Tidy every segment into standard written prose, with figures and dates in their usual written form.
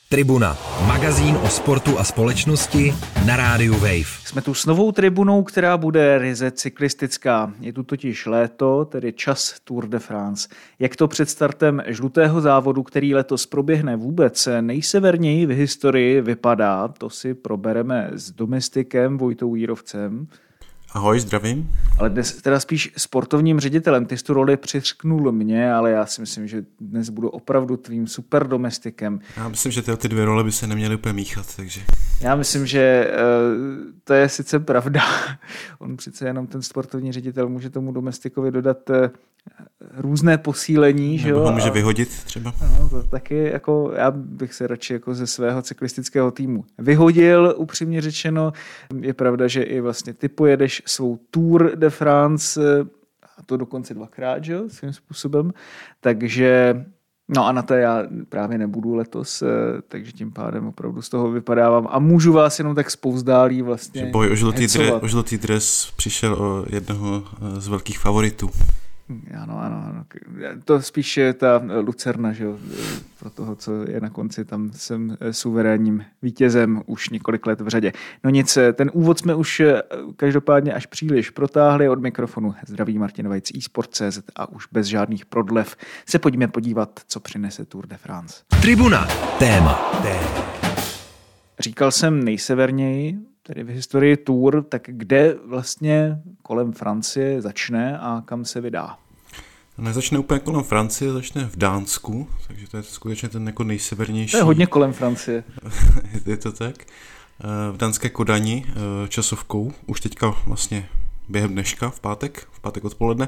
Tribuna, magazín o sportu a společnosti na rádiu Wave. Jsme tu s novou tribunou, která bude ryze cyklistická. Je tu totiž léto, tedy čas Tour de France. Jak to před startem žlutého závodu, který letos proběhne vůbec nejseverněji v historii, vypadá, to si probereme s domestikem Vojtou Jírovcem. Ahoj, zdravím. Ale dnes teda spíš sportovním ředitelem. Ty jsi tu roli přiřknul mě, ale já si myslím, že dnes budu opravdu tvým super domestikem. Já myslím, že ty dvě role by se neměly úplně míchat, takže... Já myslím, že to je sice pravda. On přece jenom ten sportovní ředitel může tomu domestikovi dodat různé posílení, že jo? Nebo ho může vyhodit třeba. No, to taky jako, já bych se radši jako ze svého cyklistického týmu vyhodil, upřímně řečeno. Je pravda, že i vlastně ty pojedeš svou Tour de France, a to dokonce dvakrát, že jo, svým způsobem. Takže, no a na to já právě nebudu letos, takže tím pádem opravdu z toho vypadávám a můžu vás jenom tak spouzdálí vlastně boj o žlutý dres přišel o jednoho z velkých favoritů. Ano. To spíš je ta lucerna, že jo, pro toho, co je na konci, tam jsem suverénním vítězem už několik let v řadě. No nic, ten úvod jsme už každopádně až příliš protáhli. Od mikrofonu zdraví Martin Vajc, eSport.cz a už bez žádných prodlev se pojďme podívat, co přinese Tour de France. Tribuna, téma. Říkal jsem nejseverněji, tedy v historii Tour, tak kde vlastně kolem Francie začne a kam se vydá? Nezačne úplně kolem Francie, začne v Dánsku, takže to je skutečně ten jako nejsevernější. To je hodně kolem Francie. Je to tak. V dánské Kodani časovkou, už teďka vlastně během dneška, v pátek odpoledne.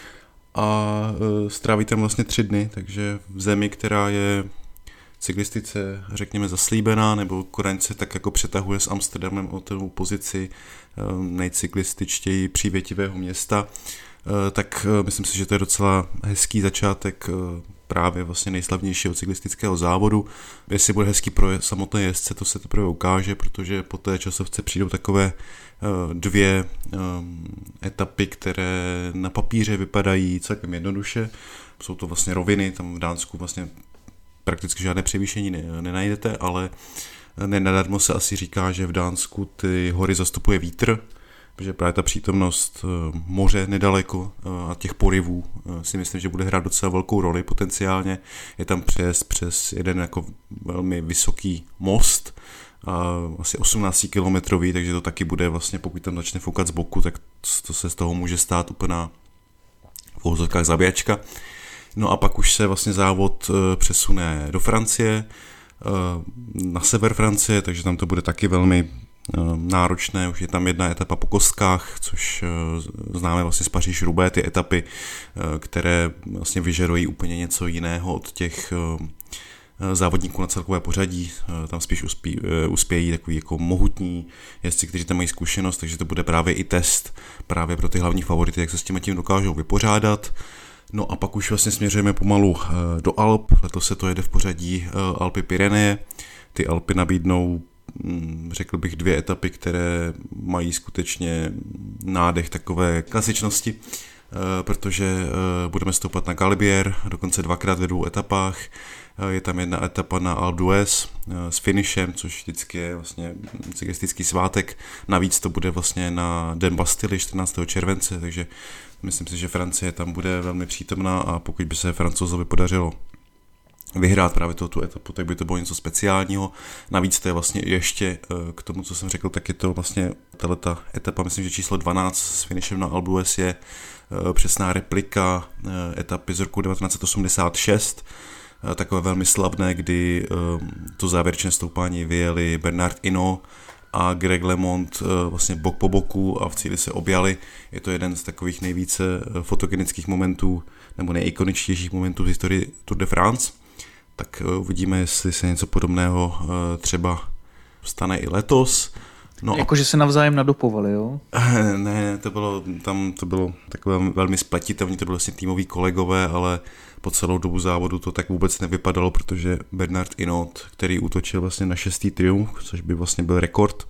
A stráví tam vlastně 3 dny, takže v zemi, která je cyklistice, řekněme, zaslíbená, nebo Kodaň se tak jako přetahuje s Amsterdamem o tu pozici nejcyklističtěji přívětivého města, tak myslím si, že to je docela hezký začátek právě vlastně nejslavnějšího cyklistického závodu. Jestli bude hezký pro samotné jezdce, to se teprve ukáže, protože po té časovce přijdou takové 2 etapy, které na papíře vypadají celkem jednoduše. Jsou to vlastně roviny, tam v Dánsku vlastně prakticky žádné převýšení nenajdete, ale nenadarmo se asi říká, že v Dánsku ty hory zastupuje vítr, protože právě ta přítomnost moře nedaleko a těch porivů si myslím, že bude hrát docela velkou roli potenciálně. Je tam přejezd přes jeden jako velmi vysoký most, asi 18 kilometrový, takže to taky bude vlastně, pokud tam začne foukat z boku, tak to se z toho může stát úplná v uvozovkách zabíjačka. No a pak už se vlastně závod přesune do Francie, na sever Francie, takže tam to bude taky velmi náročné. Už je tam jedna etapa po kostkách, což známe vlastně z Paříž-Roubaix, ty etapy, které vlastně vyžadují úplně něco jiného od těch závodníků na celkové pořadí. Tam spíš uspějí takový jako mohutní jezdci, kteří tam mají zkušenost, takže to bude právě i test právě pro ty hlavní favority, jak se s tím dokážou vypořádat. No a pak už vlastně směřujeme pomalu do Alp, letos se to jede v pořadí Alpy Pyreneje. Ty Alpy nabídnou, řekl bych, 2 etapy, které mají skutečně nádech takové klasičnosti, protože budeme stoupat na Galibier, dokonce 2krát ve 2 etapách. Je tam jedna etapa na Alpe d'Huez s finishem, což vždycky je vlastně cyklistický svátek. Navíc to bude vlastně na Den Bastily 14. července, takže myslím si, že Francie tam bude velmi přítomná a pokud by se Francouzovi podařilo vyhrát právě tu etapu, tak by to bylo něco speciálního. Navíc to je vlastně ještě k tomu, co jsem řekl, tak je to vlastně tato etapa, myslím, že číslo 12 s finishem na Alpe d'Huez je přesná replika etapy z roku 1986, takové velmi slavné, kdy to závěrečné stoupání vyjeli Bernard Hinault a Greg LeMond vlastně bok po boku a v cíli se objali. Je to jeden z takových nejvíce fotogenických momentů nebo nejikoničtějších momentů v historii Tour de France. Tak uvidíme, jestli se něco podobného třeba stane i letos. No, jakože se navzájem nadopovali, jo? Ne, to bylo takové velmi spletitelné, to byly vlastně týmoví kolegové, ale po celou dobu závodu to tak vůbec nevypadalo, protože Bernard Hinault, který útočil vlastně na 6. triumf, což by vlastně byl rekord,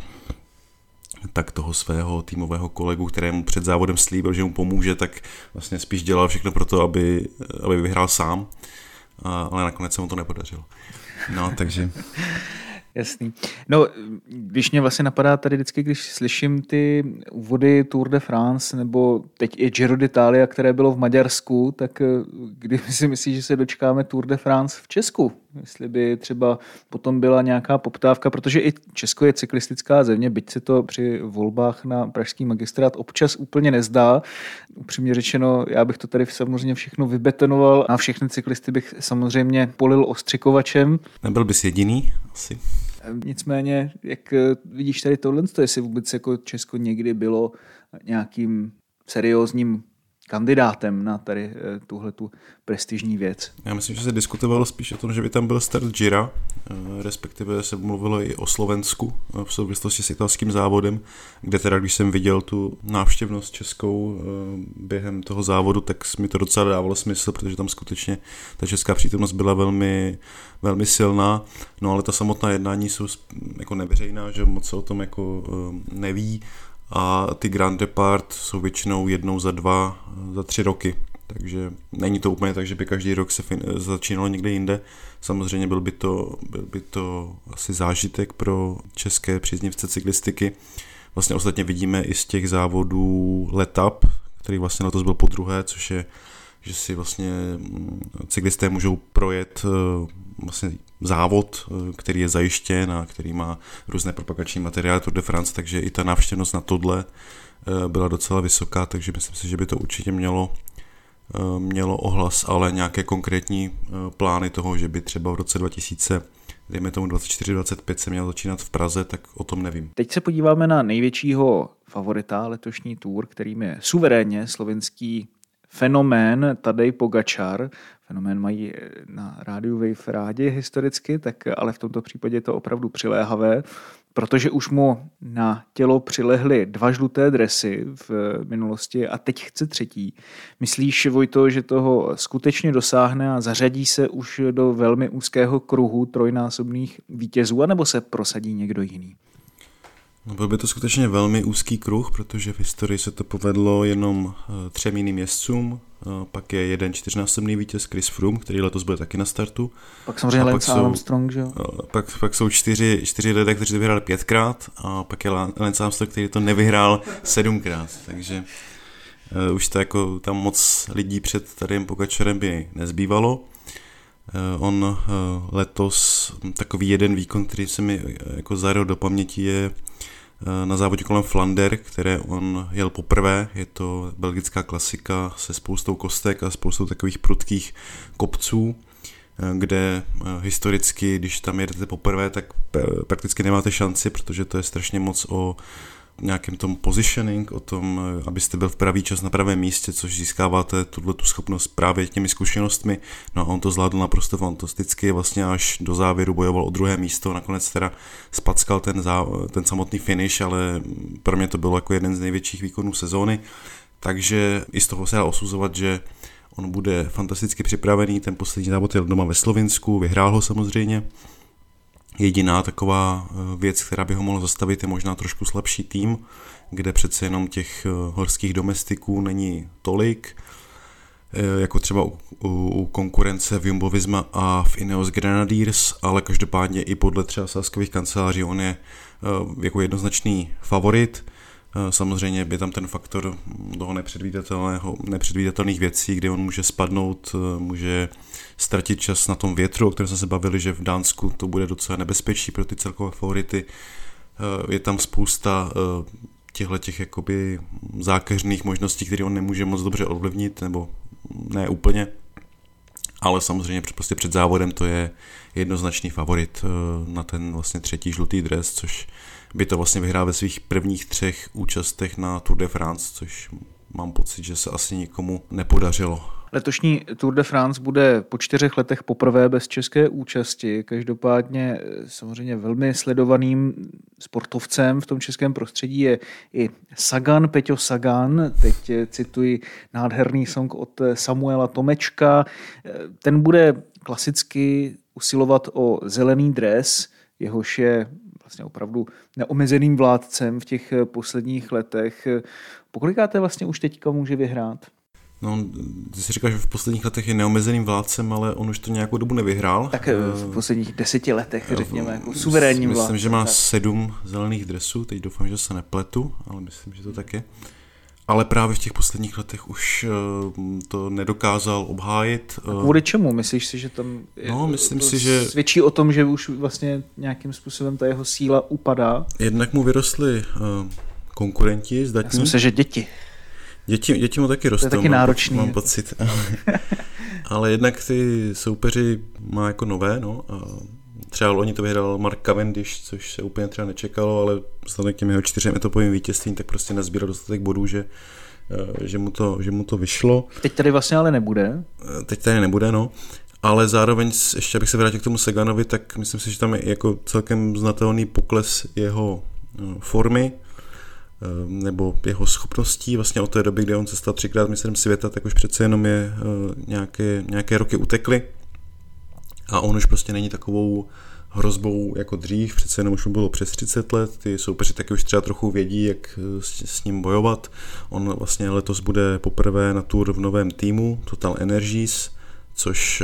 tak toho svého týmového kolegu, kterému před závodem slíbil, že mu pomůže, tak vlastně spíš dělal všechno pro to, aby vyhrál sám, ale nakonec se mu to nepodařilo. No, takže... Jasný. No, když mě vlastně napadá tady vždycky, když slyším ty úvody Tour de France, nebo teď i Giro d'Italia, které bylo v Maďarsku, tak kdy si myslíš, že se dočkáme Tour de France v Česku? Jestli by třeba potom byla nějaká poptávka, protože i Česko je cyklistická země, byť se to při volbách na pražský magistrát občas úplně nezdá. Upřímně řečeno, já bych to tady samozřejmě všechno vybetonoval a všechny cyklisty bych samozřejmě polil ostřikovačem. Nebyl bys jediný asi. Nicméně, jak vidíš tady tohle, jestli vůbec jako Česko někdy bylo nějakým seriózním kandidátem na tady tuhletu prestižní věc. Já myslím, že se diskutovalo spíš o tom, že by tam byl start Gira, respektive se mluvilo i o Slovensku v souvislosti s italským závodem, kde teda, když jsem viděl tu návštěvnost českou během toho závodu, tak mi to docela dávalo smysl, protože tam skutečně ta česká přítomnost byla velmi, velmi silná, no ale ta samotná jednání jsou jako neveřejná, že moc se o tom jako neví, a ty Grand Depart jsou většinou jednou za 3 roky. Takže není to úplně tak, že by každý rok se začínalo někde jinde. Samozřejmě byl by to asi zážitek pro české příznivce cyklistiky. Vlastně ostatně vidíme i z těch závodů Letap, který vlastně letos byl podruhé, což je, že si vlastně cyklisté můžou projet vlastně závod, který je zajištěn a který má různé propagační materiály Tour de France, takže i ta návštěvnost na tohle byla docela vysoká, takže myslím si, že by to určitě mělo ohlas, ale nějaké konkrétní plány toho, že by třeba v roce 2000, dejme tomu 24-25 se měl začínat v Praze, tak o tom nevím. Teď se podíváme na největšího favorita letošní Tour, kterým je suverénně slovenský fenomén Tadej Pogačar. Fenomén mají na rádiu Wave rádi historicky, tak ale v tomto případě je to opravdu přiléhavé, protože už mu na tělo přilehly 2 žluté dresy v minulosti a teď chce 3. Myslíš, Vojto, že toho skutečně dosáhne a zařadí se už do velmi úzkého kruhu trojnásobných vítězů, anebo se prosadí někdo jiný? No, byl by to skutečně velmi úzký kruh, protože v historii se to povedlo jenom 3 jiným jezdcům. Pak je jeden 4násobný vítěz Chris Froome, který letos bude taky na startu. Pak samozřejmě Lance Armstrong, že jo? Pak jsou 4 lidé, kteří to vyhráli 5krát a pak je Lance Armstrong, který to nevyhrál 7krát. Takže už to jako tam moc lidí před Tadejem Pogačarem by nezbývalo. On letos takový jeden výkon, který se mi jako zaryl do paměti, je na závodě kolem Flander, které on jel poprvé. Je to belgická klasika se spoustou kostek a spoustou takových prudkých kopců, kde historicky, když tam jedete poprvé, tak prakticky nemáte šanci, protože to je strašně moc o nějakém tom positioning, o tom, abyste byl v pravý čas na pravém místě, což získáváte tu schopnost právě těmi zkušenostmi. No a on to zvládl naprosto fantasticky, vlastně až do závěru bojoval o 2. místo, nakonec teda spackal ten samotný finish, ale pro mě to bylo jako jeden z největších výkonů sezóny, takže i z toho se dá osuzovat, že on bude fantasticky připravený. Ten poslední závod jel doma ve Slovinsku, vyhrál ho samozřejmě. Jediná taková věc, která by ho mohla zastavit, je možná trošku slabší tým, kde přece jenom těch horských domestiků není tolik, jako třeba u konkurence v Jumbo-Visma a v Ineos Grenadiers, ale každopádně i podle třeba sázkových kanceláří on je jako jednoznačný favorit. Samozřejmě je tam ten faktor toho nepředvídatelných věcí, kdy on může spadnout, může ztratit čas na tom větru, o kterém jsme se bavili, že v Dánsku to bude docela nebezpečí pro ty celkové favority. Je tam spousta těch jakoby zákeřných možností, které on nemůže moc dobře ovlivnit, nebo ne úplně, ale samozřejmě prostě před závodem to je jednoznačný favorit na ten vlastně 3. žlutý dres, což by to vlastně vyhrál ve svých prvních 3 účastech na Tour de France, což mám pocit, že se asi nikomu nepodařilo. Letošní Tour de France bude po 4 letech poprvé bez české účasti. Každopádně samozřejmě velmi sledovaným sportovcem v tom českém prostředí je i Sagan, Peťo Sagan. Teď cituji nádherný song od Samuela Tomečka. Ten bude klasicky usilovat o zelený dres, jehož je vlastně opravdu neomezeným vládcem v těch posledních letech. Pokolikáte vlastně už teďka může vyhrát? No, ty si říkáš, že v posledních letech je neomezeným vládcem, ale on už to nějakou dobu nevyhrál. Tak v posledních 10 letech, řekněme, jako suverénním vládcem. Myslím, že má 7 zelených dresů, teď doufám, že se nepletu, ale myslím, že to tak je. Ale právě v těch posledních letech už to nedokázal obhájit. A kvůli čemu? Myslíš si, že tam myslím si, že svědčí o tom, že už vlastně nějakým způsobem ta jeho síla upadá? Jednak mu vyrostly konkurenti zdatní. Já jsem se, že děti. Děti mu taky rostou. To je taky náročný. Mám pocit. Ale jednak ty soupeři má jako nové, no. A třeba loni to vyhrál Mark Cavendish, což se úplně třeba nečekalo, ale vzhledem k těm jeho 4 etapovým vítězstvím, tak prostě nazbíral dostatek bodů, že mu to vyšlo. Teď tady vlastně ale nebude. Teď tady nebude, no. Ale zároveň, ještě abych se vrátil k tomu Saganovi, tak myslím si, že tam je jako celkem znatelný pokles jeho formy, nebo jeho schopností. Vlastně od té doby, kdy on se stal 3krát mistrem světa, tak už přece jenom je nějaké roky utekly a on už prostě není takovou hrozbou jako dřív, přece jenom už mu bylo přes 30 let, ty soupeři taky už třeba trochu vědí, jak s ním bojovat. On vlastně letos bude poprvé na Tour v novém týmu, Total Energies, což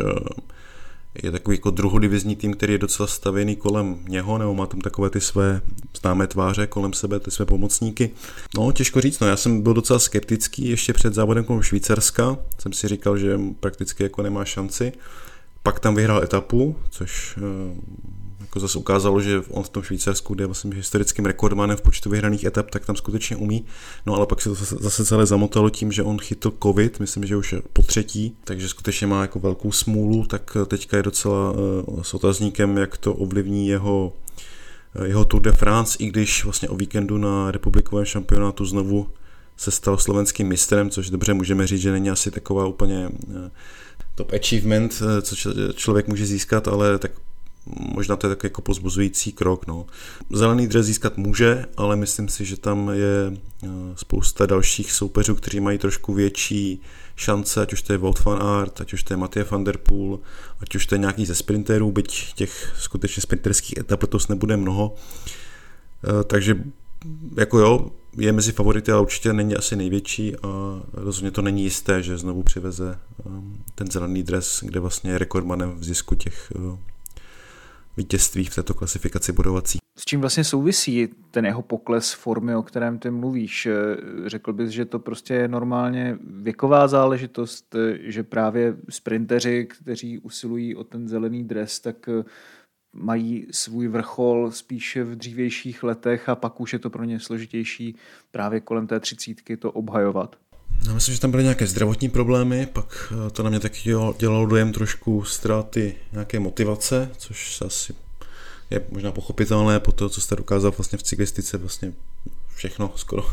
je takový jako druhodivizní tým, který je docela stavěný kolem něho, nebo má tam takové ty své známé tváře kolem sebe, ty své pomocníky. No, těžko říct, no, já jsem byl docela skeptický ještě před závodem kolem Švýcarska, jsem si říkal, že prakticky jako nemá šanci. Pak tam vyhrál etapu, což jako zase ukázalo, že on v tom Švýcarsku, kde je vlastně historickým rekordmanem v počtu vyhraných etap, tak tam skutečně umí. No ale pak se to zase celé zamotalo tím, že on chytl covid, myslím, že už po 3., takže skutečně má jako velkou smůlu, tak teďka je docela s otazníkem, jak to ovlivní jeho Tour de France, i když vlastně o víkendu na republikovém šampionátu znovu se stal slovenským mistrem, což dobře můžeme říct, že není asi taková úplně top achievement, co člověk může získat, ale tak možná to je tak jako pozbuzující krok. No. Zelený dres získat může, ale myslím si, že tam je spousta dalších soupeřů, kteří mají trošku větší šance, ať už to je Wout van Aert, ať už to je Mathieu van der Poel, ať už to je nějaký ze sprinterů, byť těch skutečně sprinterských etap letos nebude mnoho. Takže jako jo, je mezi favority, ale určitě není asi největší a rozhodně to není jisté, že znovu přiveze ten zelený dres, kde vlastně je rekordmanem v zisku těch vítězství v této klasifikaci bodovací. S čím vlastně souvisí ten jeho pokles formy, o kterém ty mluvíš? Řekl bys, že to prostě je normálně věková záležitost, že právě sprinteři, kteří usilují o ten zelený dres, tak mají svůj vrchol spíše v dřívějších letech a pak už je to pro ně složitější právě kolem té 30 to obhajovat? Já myslím, že tam byly nějaké zdravotní problémy, pak to na mě taky dělalo dojem trošku ztráty nějaké motivace, což asi je možná pochopitelné po toho, co jste dokázal vlastně v cyklistice, vlastně všechno,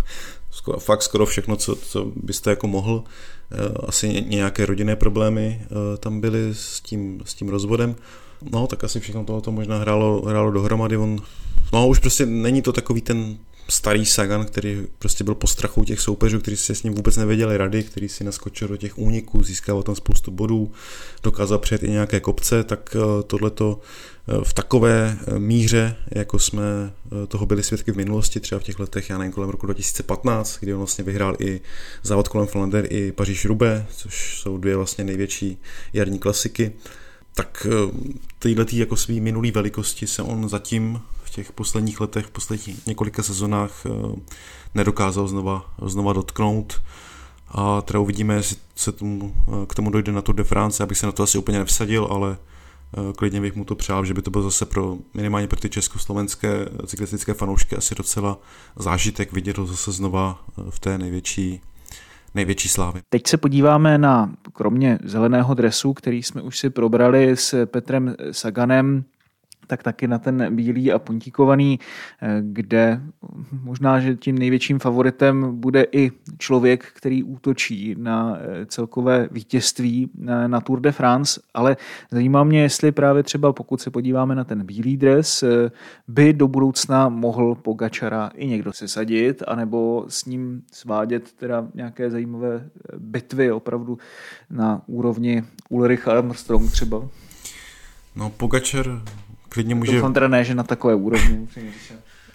skoro všechno, co byste jako mohl. Asi nějaké rodinné problémy tam byly s tím rozvodem. No, tak asi všechno tohoto možná hrálo dohromady. Už prostě není to takový ten starý Sagan, který prostě byl postrachou těch soupeřů, kteří si s ním vůbec nevěděli rady, který si naskočil do těch úniků, získával tam spoustu bodů, dokázal přejet i nějaké kopce, tak tohleto v takové míře, jako jsme toho byli svědky v minulosti, třeba v těch letech, já nevím, kolem roku 2015, kdy on vlastně vyhrál i závod kolem Flanders i Paříž-Roubaix, což jsou 2 vlastně největší jarní klasiky, tak tyhletý jako svý minulý velikosti se on zatím v těch posledních letech, v posledních několika sezonách nedokázal znova dotknout. A teda uvidíme, jestli se k tomu dojde na Tour de France. Já bych se na to asi úplně nevsadil, ale klidně bych mu to přál, že by to byl zase minimálně pro ty československé cyklistické fanoušky asi docela zážitek vidět ho zase znova v té největší slávy. Teď se podíváme na, kromě zeleného dresu, který jsme už si probrali s Petrem Saganem, tak taky na ten bílý a puntíkovaný, kde možná, že tím největším favoritem bude i člověk, který útočí na celkové vítězství na Tour de France, ale zajímá mě, jestli právě třeba pokud se podíváme na ten bílý dres, by do budoucna mohl Pogačara i někdo sesadit, anebo s ním svádět teda nějaké zajímavé bitvy opravdu na úrovni Ulrich Armstrong třeba. No, Pogačar klidně může... Doufám teda ne, že na takové úrovni.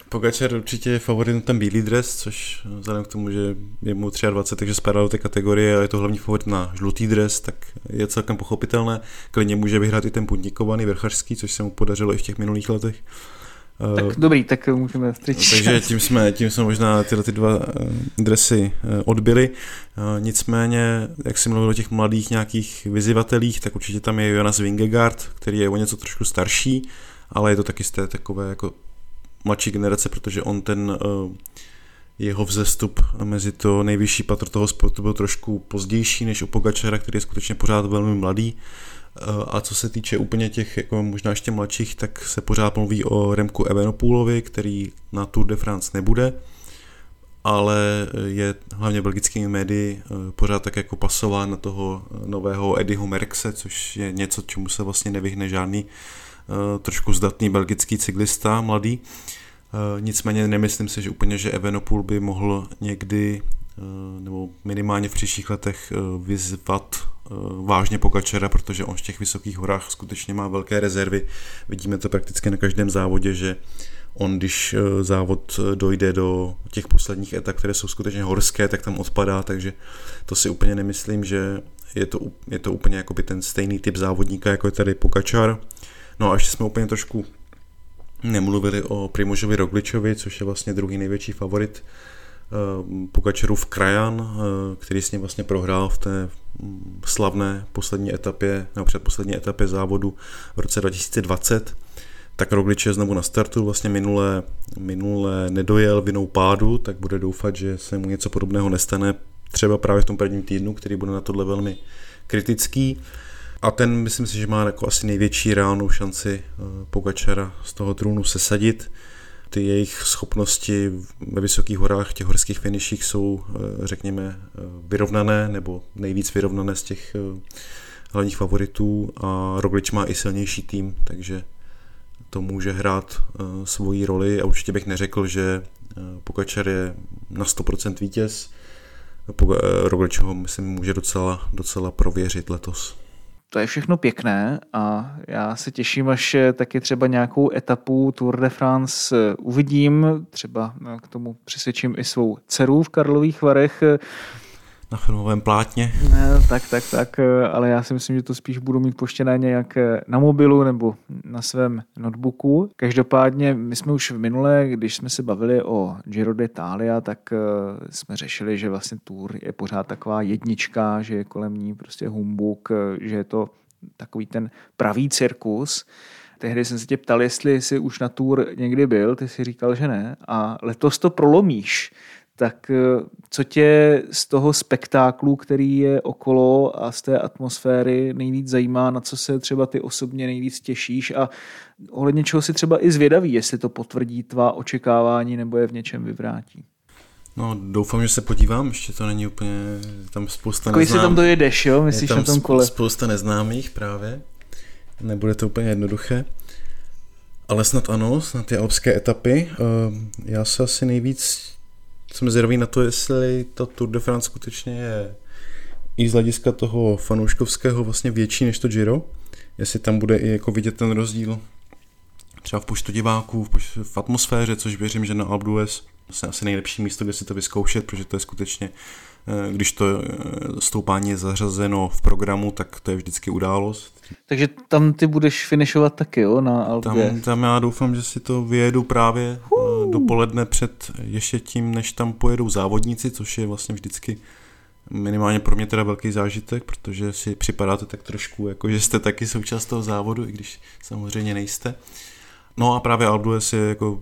Pogačar určitě je favorit ten bílý dres, což vzhledem k tomu, že je mu 23, takže spadá do té kategorie a je to hlavní favorit na žlutý dres, tak je celkem pochopitelné. Klidně může vyhrát i ten pudníkovaný vrchařský, což se mu podařilo i v těch minulých letech. Tak dobrý, tak můžeme vstřečit. Takže tím jsme možná tyhle ty dva dresy odbyli. Nicméně, jak jsi mluvil o těch mladých nějakých vyzývatelích, tak určitě tam je Jonas Vingegaard, který je o něco trošku starší, ale je to taky z té takové jako mladší generace, protože on ten jeho vzestup mezi to nejvyšší patro toho sportu byl trošku pozdější než u Pogačara, který je skutečně pořád velmi mladý. A co se týče úplně těch jako možná ještě mladších, tak se pořád mluví o Remku Evenepoelovi, který na Tour de France nebude, ale je hlavně belgickými médii pořád tak jako pasován na toho nového Eddieho Merckxe, což je něco, čemu se vlastně nevyhne žádný trošku zdatný belgický cyklista mladý. Nicméně nemyslím si, že úplně, že Evenepoel by mohl někdy nebo minimálně v příštích letech vyzvat vážně Pogačara, protože on v těch vysokých horách skutečně má velké rezervy. Vidíme to prakticky na každém závodě, že on, když závod dojde do těch posledních etap, které jsou skutečně horské, tak tam odpadá, takže to si úplně nemyslím, že je to úplně jakoby ten stejný typ závodníka, jako je tady Pogačar. No a ještě jsme úplně trošku nemluvili o Primožovi Rogličovi, což je vlastně druhý největší favorit Pogačarův krajan, který s ním vlastně prohrál v té slavné poslední etapě, nebo předposlední etapě závodu v roce 2020. Tak Roglič je znovu na startu, vlastně minule nedojel vinou pádu, tak bude doufat, že se mu něco podobného nestane třeba právě v tom prvním týdnu, který bude na tohle velmi kritický. A ten myslím si, že má jako asi největší reálnou šanci Pogačara z toho trůnu sesadit. Ty jejich schopnosti ve vysokých horách, těch horských finiších jsou, řekněme, vyrovnané, nebo nejvíc vyrovnané z těch hlavních favoritů a Roglič má i silnější tým, takže to může hrát svoji roli a určitě bych neřekl, že Pogačar je na 100% vítěz. Roglič ho, myslím, může docela prověřit letos. To je všechno pěkné a já se těším, až taky třeba nějakou etapu Tour de France uvidím, třeba k tomu přesvědčím i svou dceru v Karlových Varech. Na filmovém plátně. Tak, ale já si myslím, že to spíš budu mít poštěné nějak na mobilu nebo na svém notebooku. Každopádně my jsme už v minulé, když jsme se bavili o Giro d'Italia, tak jsme řešili, že vlastně Tour je pořád taková jednička, že je kolem ní prostě humbuk, že je to takový ten pravý cirkus. Tehdy jsem se tě ptal, jestli jsi už na Tour někdy byl, ty jsi říkal, že ne a letos to prolomíš. Tak co tě z toho spektáklu, který je okolo a z té atmosféry nejvíc zajímá, na co se třeba ty osobně nejvíc těšíš a ohledně čeho si třeba i zvědavý, jestli to potvrdí tvá očekávání nebo je v něčem vyvrátí? No, doufám, že se podívám, ještě to není úplně, tam spousta neznámých. Když si tam dojedeš, jo, myslíš na tom kole? Spousta neznámých právě, nebude to úplně jednoduché, ale snad ano, snad ty alpské etapy. Já se asi nejvíc jsem zvědavý na to, jestli ta Tour de France skutečně je i z hlediska toho fanouškovského vlastně větší než to Giro, jestli tam bude i jako vidět ten rozdíl třeba v počtu diváků, v atmosféře, což věřím, že na Alpe d'Huez je asi nejlepší místo, kde si to vyzkoušet, protože to je skutečně, když to stoupání je zařazeno v programu, tak to je vždycky událost. Takže tam ty budeš finišovat taky, jo, na Alpe d'Huez? Tam já doufám, že si to vyjedu právě dopoledne před ještě tím, než tam pojedou závodníci, což je vlastně vždycky minimálně pro mě teda velký zážitek, protože si připadáte tak trošku, jako že jste taky součást toho závodu, i když samozřejmě nejste. No a právě Alpe d'Huez je jako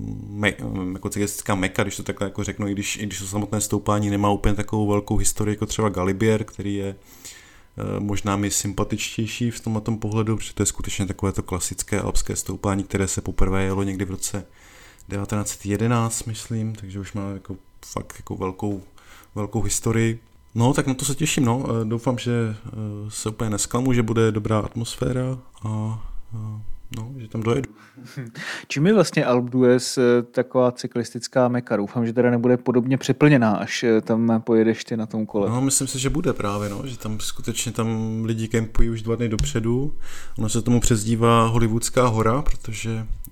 cyklistická meka, když to takhle jako řeknu, i když to samotné stoupání nemá úplně takovou velkou historii jako třeba Galibier, který je možná mi sympatičtější v tom pohledu, protože to je skutečně takové to klasické alpské stoupání, které se poprvé jelo někdy v roce 1911, myslím, takže už má jako fakt jako velkou historii. No, tak na to se těším, no. Doufám, že se úplně nesklamu, že bude dobrá atmosféra a no, že tam dojedu. Čím je vlastně Alpe d'Huez taková cyklistická meka? Doufám, že teda nebude podobně přeplněná, až tam pojedeš ty na tom kole. No, myslím si, že bude právě, no, že tam skutečně lidi kempují už 2 dny dopředu. Ono se tomu přezdívá Hollywoodská hora, protože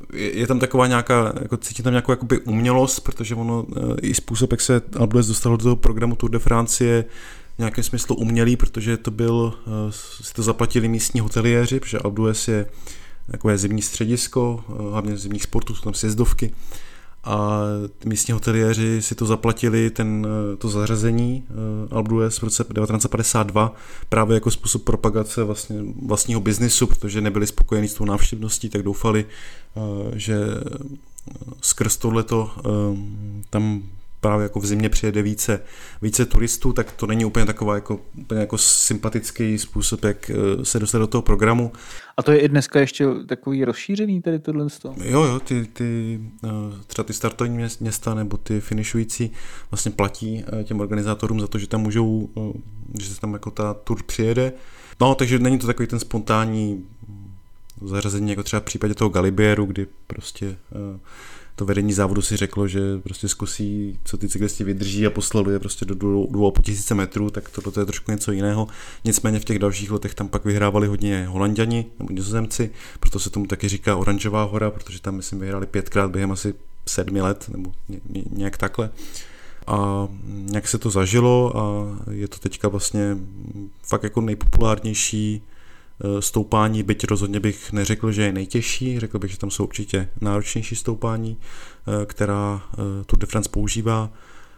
je tam taková nějaká, jako cítím tam nějakou jakoby umělost, protože ono i způsob, jak se Alpe d'Huez dostalo do toho programu Tour de France je v nějakém smyslu umělý, protože to si to zaplatili místní hoteliéři, protože Alpe d'Huez je takové zimní středisko, hlavně zimních sportů, jsou tam sjezdovky. A místní hoteliéři si to zaplatili, to zařazení Alpe d'Huez v roce 1952 právě jako způsob propagace vlastního biznisu, protože nebyli spokojení s tou návštěvností, tak doufali, že skrz tohleto tam právě jako v zimě přijede více turistů, tak to není úplně taková úplně jako sympatický způsob, jak se dostat do toho programu. A to je i dneska ještě takový rozšířený tady tohle? Jo, třeba ty startovní města nebo ty finišující vlastně platí těm organizátorům za to, že tam můžou, že se tam jako ta tour přijede. No, takže není to takový ten spontánní zařazení, jako třeba v případě toho Galibieru, kdy prostě to vedení závodu si řeklo, že prostě zkusí, co ty cyklisti vydrží a poslali je prostě do 2500 metrů, tak tohle je trošku něco jiného. Nicméně v těch dalších letech tam pak vyhrávali hodně Holanďani nebo Nizozemci, proto se tomu taky říká Oranžová hora, protože tam, myslím, vyhráli 5krát během asi 7 let nebo nějak takhle. A nějak se to zažilo a je to teďka vlastně fakt jako nejpopulárnější stoupání, byť rozhodně bych neřekl, že je nejtěžší, řekl bych, že tam jsou určitě náročnější stoupání, která Tour de France používá,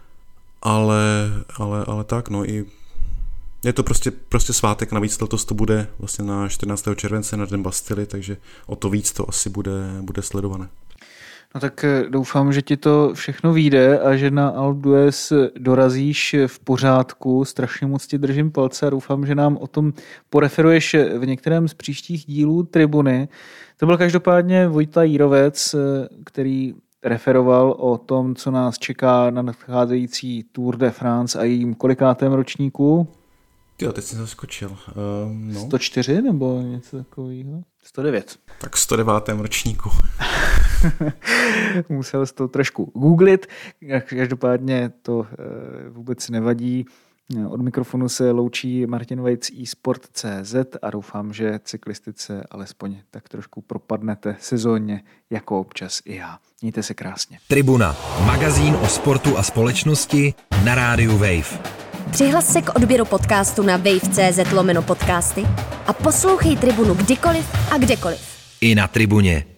ale tak, no i je to prostě svátek, navíc letos to bude vlastně na 14. července na Den Bastily, takže o to víc to asi bude sledované. No tak doufám, že ti to všechno vyjde a že na Alpe d'Huez dorazíš v pořádku. Strašně moc ti držím palce a doufám, že nám o tom poreferuješ v některém z příštích dílů Tribuny. To byl každopádně Vojta Jírovec, který referoval o tom, co nás čeká na nadcházející Tour de France a jejím kolikátém ročníku. Jo, teď jsem zaskočil. 104 nebo něco takového? 109. Tak 109. ročníku. Musel jsi to trošku googlit. Každopádně to vůbec nevadí. Od mikrofonu se loučí Martin Vejc eSport.cz a doufám, že cyklistice alespoň tak trošku propadnete sezónně, jako občas i já. Mějte se krásně. Tribuna, magazín o sportu a společnosti na rádiu Wave. Přihlas se k odběru podcastu na wave.cz/podcasty a poslouchej Tribunu kdykoliv a kdekoliv. I na Tribuně.